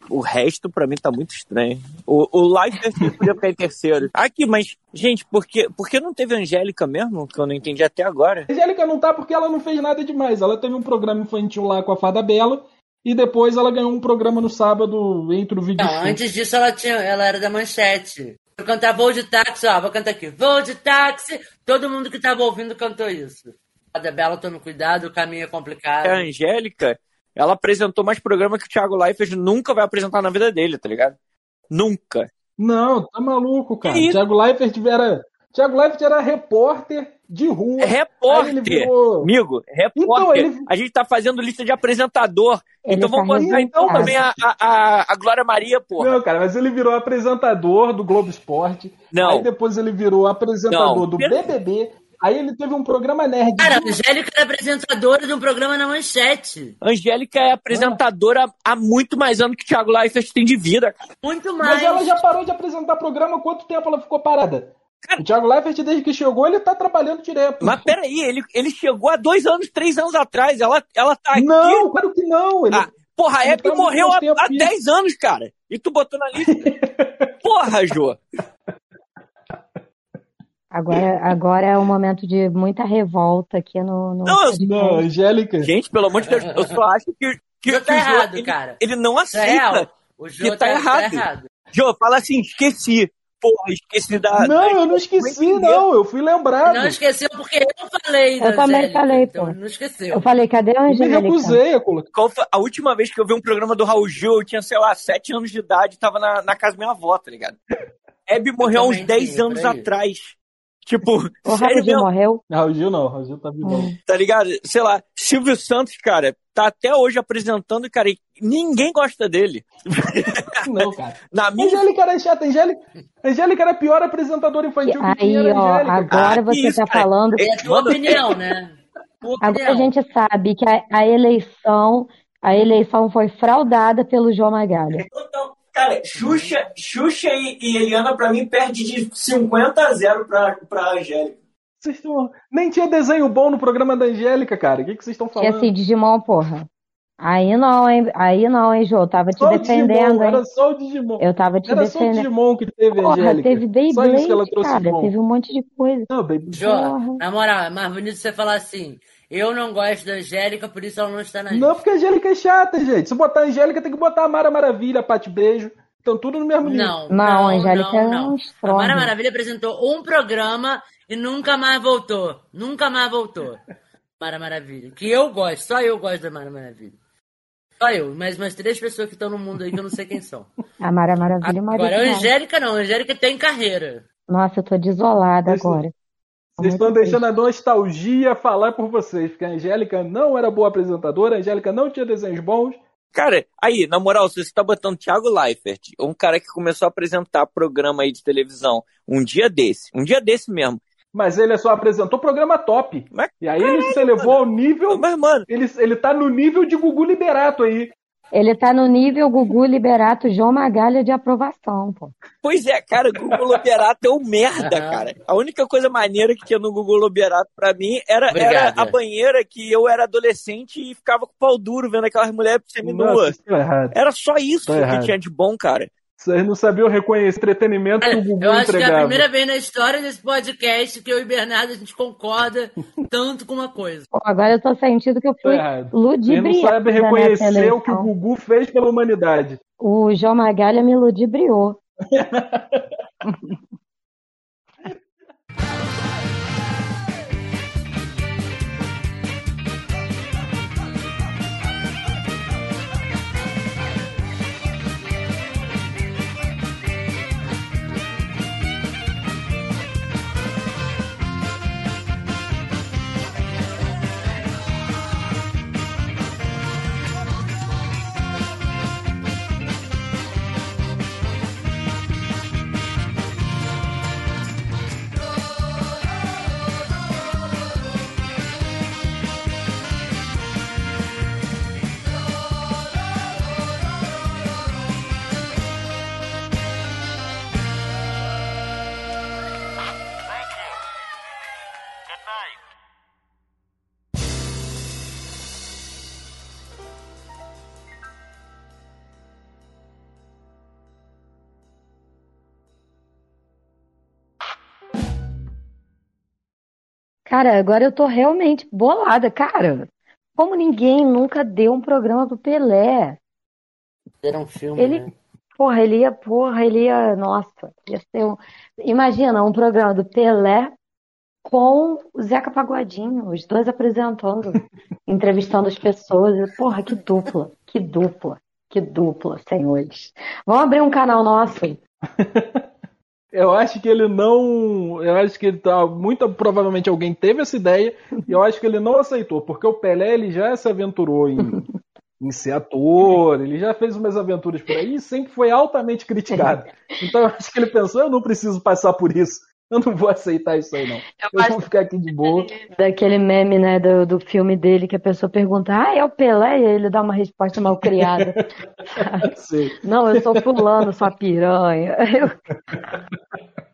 O resto, pra mim, tá muito estranho. O, o Leifert podia ficar em terceiro. Aqui, mas, gente, por que, por que não teve Angélica mesmo? Que eu não entendi até agora. A Angélica não tá porque ela não fez nada demais. Ela teve um programa infantil lá com a Fada Bela e depois ela ganhou um programa no sábado entre o vídeo. Não, antes disso ela, tinha, ela era da Manchete. Vou cantar Voo de Táxi, ó, vou cantar aqui. Voo de Táxi. Todo mundo que tava ouvindo cantou isso. Fada Bela, tome cuidado, o caminho é complicado. A Angélica, ela apresentou mais programa que o Thiago Leifert nunca vai apresentar na vida dele, tá ligado? Nunca. Não, tá maluco, cara. Que Thiago Leifert era... Thiago Leifert era repórter de rua. É repórter, ele virou... amigo, repórter. Então, ele... A gente tá fazendo lista de apresentador. Ele então vamos tá botar então também a, a, a Glória Maria, porra. Não, cara, mas ele virou apresentador do Globo Esporte. Não. Aí depois ele virou apresentador Não. do B B B. Aí ele teve um programa nerd. Cara, a Angélica era apresentadora de um programa na Manchete. Angélica é apresentadora ah. há muito mais anos que o Thiago Leifert tem de vida, cara. Muito mais. Mas ela já parou de apresentar programa, quanto tempo ela ficou parada? O Thiago Leifert, desde que chegou, ele tá trabalhando direto. Mas peraí, ele, ele chegou há dois anos, três anos atrás. Ela, ela tá aqui. Não, claro que não. Ele, ah, porra, a ele Hebe tá morreu há, há aqui. dez anos, cara. E tu botou na lista. Porra, Jô. Agora, agora é um momento de muita revolta aqui no... no não, não, Angélica. Gente, pelo amor de Deus, eu só acho que, que, Jô que tá o Jô, errado, ele, cara. ele não aceita. É o Jô que tá, tá, errado. tá errado. Jô, fala assim, esqueci. Porra, esqueci da... Não, da... eu não esqueci, não. Eu fui lembrado. Não esqueceu porque eu falei da Eu também Angélica, falei, então pô. não esqueceu. Eu falei, cadê a Eu me Angélica? recusei a colocar. Qual foi a última vez que eu vi um programa do Raul Gil, eu tinha, sei lá, sete anos de idade, tava na, na casa da minha avó, tá ligado? Hebe morreu há uns dez anos atrás. Tipo, O sério Raul Gil mesmo, morreu? Raul Gil não, Raul Gil tá vivo. Hum. tá ligado? Sei lá, Silvio Santos, cara, tá até hoje apresentando, cara, e ninguém gosta dele. Não, cara. Na minha... Angélica era chata, Angélica, Angélica era a pior apresentadora infantil que Aí, tinha, era ó, Angélica. agora Ah, você isso, tá cara. falando... É a tua opinião, né? Tua Agora a opinião. gente sabe que a, a eleição, a eleição foi fraudada pelo João Magalha. Então, cara, Xuxa, Xuxa e, e Eliana, pra mim, perde de cinquenta a zero pra, pra Angélica. Vocês tão... Nem tinha desenho bom no programa da Angélica, cara. O que, que vocês estão Tinha falando? assim, Digimon, porra. Aí não, hein? Aí não, hein, Jô? Tava te Só o defendendo, Digimon, hein? era só o Digimon. Eu tava te Era só o defendendo. Digimon que teve, Porra, Angélica. teve Só isso que ela Beyblade, trouxe cara. de bom. Teve um monte de coisa. Não, Baby. Jô, Porra. na moral, é mais bonito você falar assim, eu não gosto da Angélica, por isso ela não está na Não, lista. porque a Angélica é chata, gente. Se botar a Angélica, tem que botar a Mara Maravilha, a Pati Beijo. Estão tudo no mesmo nível. Não, Não, não, a Angélica não, é não. um A estrondo. Mara Maravilha apresentou um programa e nunca mais voltou. Nunca mais voltou. Mara Maravilha. Que eu gosto, só eu gosto da Mara Maravilha. Só eu, mas umas três pessoas que estão no mundo aí que eu não sei quem são. A Mara Maravilha é uma Agora, a delícia. Angélica não, a Angélica tem carreira. Nossa, eu tô desolada Isso. agora. Vocês estão deixando a nostalgia falar por vocês, porque a Angélica não era boa apresentadora, a Angélica não tinha desenhos bons. Cara, aí, na moral, se você tá botando Thiago Leifert, um cara que começou a apresentar programa aí de televisão, um dia desse, um dia desse mesmo. Mas ele só apresentou programa top. Mas, E aí ele se elevou ao nível... Mas, mano, Ele, ele tá no nível de Gugu Liberato aí. Ele tá no nível Gugu Liberato João Magalha de aprovação, pô. pois é, cara, o Gugu Liberato é um merda, Aham. cara. A única coisa maneira que tinha no Gugu Liberato pra mim era, era Obrigado. a banheira que eu era adolescente e ficava com o pau duro vendo aquelas mulheres Nossa, seminuas. isso tá errado. Era só isso Tá que errado. tinha de bom, cara. Vocês não sabiam reconhecer o entretenimento que o Gugu Eu acho que é a entregava. primeira vez na história desse podcast que eu e Bernardo a gente concorda tanto com uma coisa. Pô, agora eu tô sentindo que eu Tá fui errado. Vocês não ludibriada sabem nessa reconhecer o que o eleição. Gugu fez pela humanidade. O João Magalha me ludibriou. Cara, agora eu tô realmente bolada. Cara, como ninguém nunca deu um programa pro Pelé. Era um filme, Ele, né? porra, ele ia, porra, ele ia, nossa, ia ser um... Imagina um programa do Pelé com o Zeca Pagodinho, os dois apresentando, entrevistando as pessoas. Porra, que dupla, que dupla, que dupla, senhores. Vamos abrir um canal nosso. Eu acho que ele não. Eu acho que ele tá. Muito provavelmente alguém teve essa ideia e eu acho que ele não aceitou, porque o Pelé ele já se aventurou em, em ser ator, ele já fez umas aventuras por aí e sempre foi altamente criticado. Então eu acho que ele pensou: eu não preciso passar por isso, eu não vou aceitar isso aí, não. Eu, eu vou ficar aqui de boa. Daquele meme, né, do, do filme dele, que a pessoa pergunta, ah, é o Pelé? E ele dá uma resposta mal criada. Não, eu sou fulano, sua piranha.